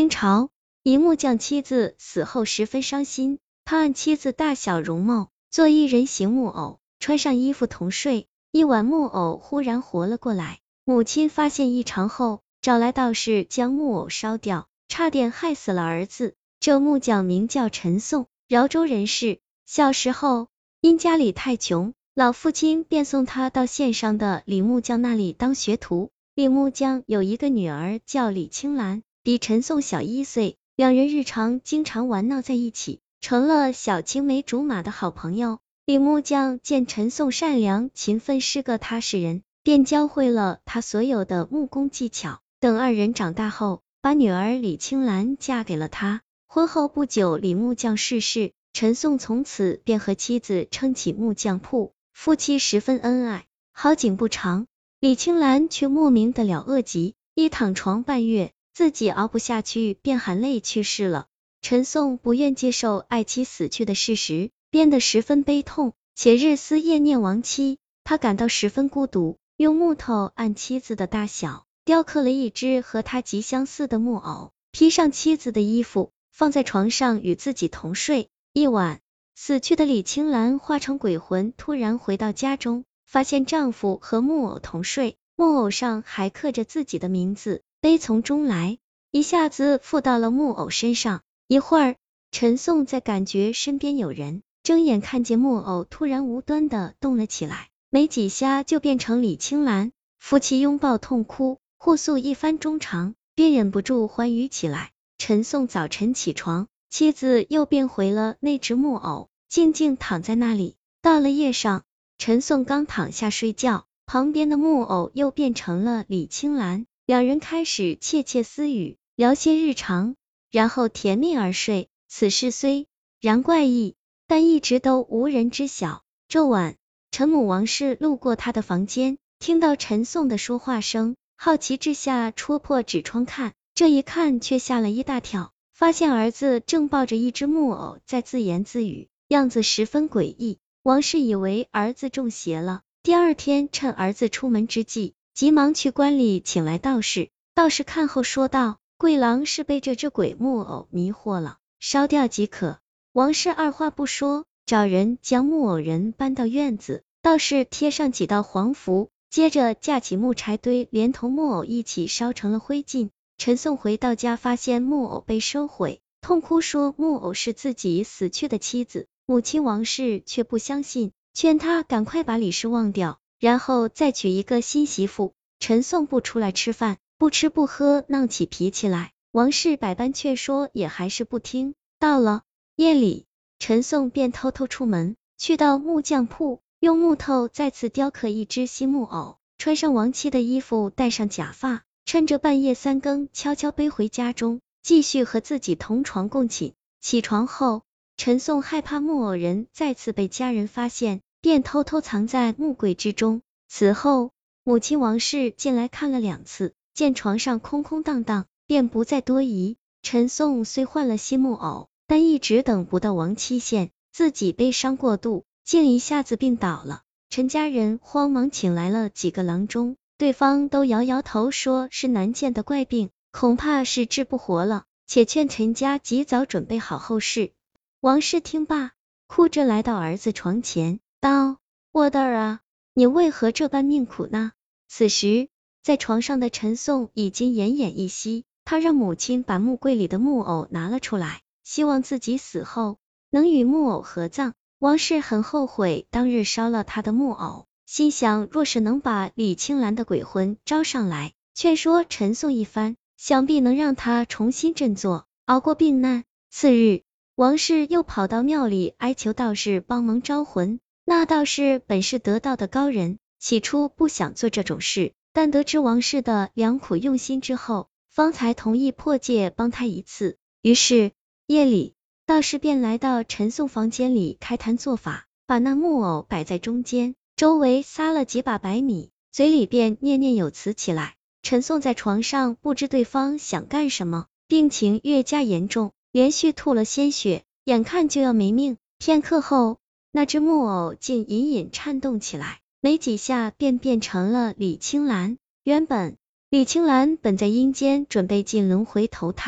清朝，一木匠妻子死后十分伤心，他按妻子大小容貌做一人形木偶，穿上衣服同睡。一晚木偶忽然活了过来，母亲发现异常后，找来道士将木偶烧掉，差点害死了儿子。这木匠名叫陈颂，饶州人士。小时候因家里太穷，老父亲便送他到县上的李木匠那里当学徒。李木匠有一个女儿叫李青兰，比陈颂小1岁，两人日常经常玩闹在一起，成了小青梅竹马的好朋友。李木匠见陈颂善良勤奋，是个踏实人，便教会了他所有的木工技巧。等二人长大后，把女儿李青兰嫁给了他。婚后不久，李木匠逝世，陈颂从此便和妻子撑起木匠铺，夫妻十分恩爱。好景不长，李青兰却莫名得了恶疾，一躺床半月，自己熬不下去，便含泪去世了。陈颂不愿接受爱妻死去的事实，变得十分悲痛，且日思夜念亡妻。他感到十分孤独，用木头按妻子的大小，雕刻了一只和他极相似的木偶，披上妻子的衣服，放在床上与自己同睡。一晚，死去的李青兰化成鬼魂，突然回到家中，发现丈夫和木偶同睡，木偶上还刻着自己的名字，悲从中来，一下子附到了木偶身上。一会儿，陈颂在感觉身边有人，睁眼看见木偶突然无端的动了起来，没几下就变成李青兰。夫妻拥抱痛哭，互诉一番衷肠，便忍不住欢愉起来。陈颂早晨起床，妻子又变回了那只木偶，静静躺在那里。到了夜上，陈颂刚躺下睡觉，旁边的木偶又变成了李青兰，两人开始窃窃私语，聊些日常，然后甜蜜而睡。此事虽然怪异，但一直都无人知晓。这晚，陈母王氏路过他的房间，听到陈颂的说话声，好奇之下戳破纸窗看，这一看却吓了一大跳，发现儿子正抱着一只木偶在自言自语，样子十分诡异。王氏以为儿子中邪了，第二天趁儿子出门之际，急忙去关里请来道士。道士看后说道，贵郎是被这只鬼木偶迷惑了，烧掉即可。王氏二话不说，找人将木偶人搬到院子，道士贴上几道黄符，接着架起木柴堆，连同木偶一起烧成了灰烬。陈颂回到家，发现木偶被收毁，痛哭说木偶是自己死去的妻子。母亲王氏却不相信，劝他赶快把李氏忘掉，然后再娶一个新媳妇。陈颂不出来吃饭，不吃不喝，闹起脾气来。王氏百般劝说，也还是不听。到了夜里，陈颂便偷偷出门，去到木匠铺，用木头再次雕刻一只新木偶，穿上亡妻的衣服，戴上假发，趁着半夜3更悄悄背回家中，继续和自己同床共寝。起床后，陈颂害怕木偶人再次被家人发现，便偷偷藏在木柜之中。此后，母亲王氏进来看了2次，见床上空空荡荡，便不再多疑。陈颂虽换了新木偶，但一直等不到亡妻现，自己悲伤过度，竟一下子病倒了。陈家人慌忙请来了几个郎中，对方都摇摇头，说是难见的怪病，恐怕是治不活了，且劝陈家及早准备好后事。王氏听罢，哭着来到儿子床前，道：我的儿啊，你为何这般命苦呢？此时，在床上的陈颂已经奄奄一息，他让母亲把木柜里的木偶拿了出来，希望自己死后能与木偶合葬。王氏很后悔当日烧了他的木偶，心想若是能把李青兰的鬼魂招上来，劝说陈颂一番，想必能让他重新振作，熬过病难。次日，王氏又跑到庙里哀求道士帮忙招魂。那道士本是得道的高人，起初不想做这种事，但得知王氏的良苦用心之后，方才同意破戒帮他一次。于是夜里，道士便来到陈颂房间里开坛做法，把那木偶摆在中间，周围撒了几把白米，嘴里便念念有词起来。陈颂在床上不知对方想干什么，病情越加严重，连续吐了鲜血，眼看就要没命。片刻后，那只木偶竟隐隐颤动起来，没几下便变成了李青兰。原本李青兰本在阴间准备进轮回投胎，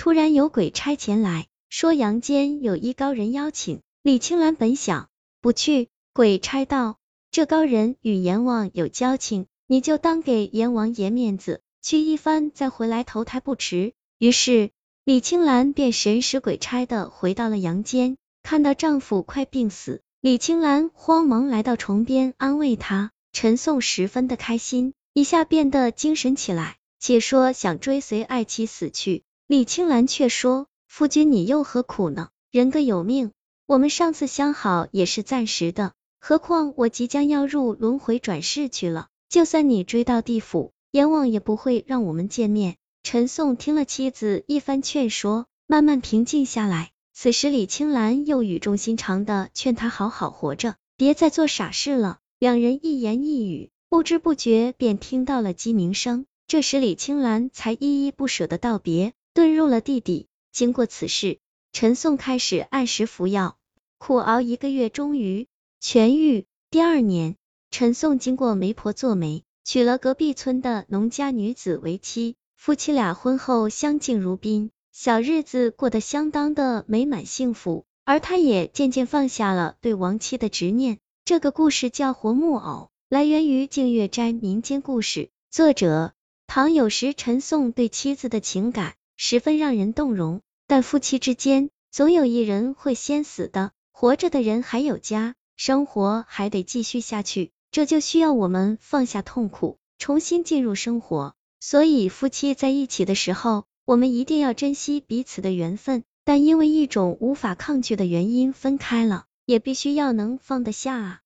突然有鬼差前来，说阳间有一高人邀请。李青兰本想不去，鬼差道：这高人与阎王有交情，你就当给阎王爷面子，去一番再回来投胎不迟。于是李青兰便神使鬼差的回到了阳间，看到丈夫快病死，李青兰慌忙来到床边安慰他。陈颂十分的开心，一下变得精神起来，且说想追随爱妻死去。李青兰却说：夫君你又何苦呢？人各有命，我们上次相好也是暂时的，何况我即将要入轮回转世去了，就算你追到地府，阎王也不会让我们见面。陈颂听了妻子一番劝说，慢慢平静下来。此时李青兰又语重心长的劝他好好活着，别再做傻事了。两人一言一语，不知不觉便听到了鸡鸣声。这时李青兰才依依不舍的道别，遁入了地底。经过此事，陈颂开始按时服药，苦熬1个月，终于痊愈。第2年，陈颂经过媒婆做媒，娶了隔壁村的农家女子为妻，夫妻俩婚后相敬如宾，小日子过得相当的美满幸福，而他也渐渐放下了对亡妻的执念。这个故事叫活木偶，来源于净月斋民间故事，作者唐有时。陈颂对妻子的情感十分让人动容，但夫妻之间总有一人会先死的，活着的人还有家，生活还得继续下去，这就需要我们放下痛苦，重新进入生活。所以夫妻在一起的时候，我们一定要珍惜彼此的缘分，但因为一种无法抗拒的原因分开了，也必须要能放得下啊。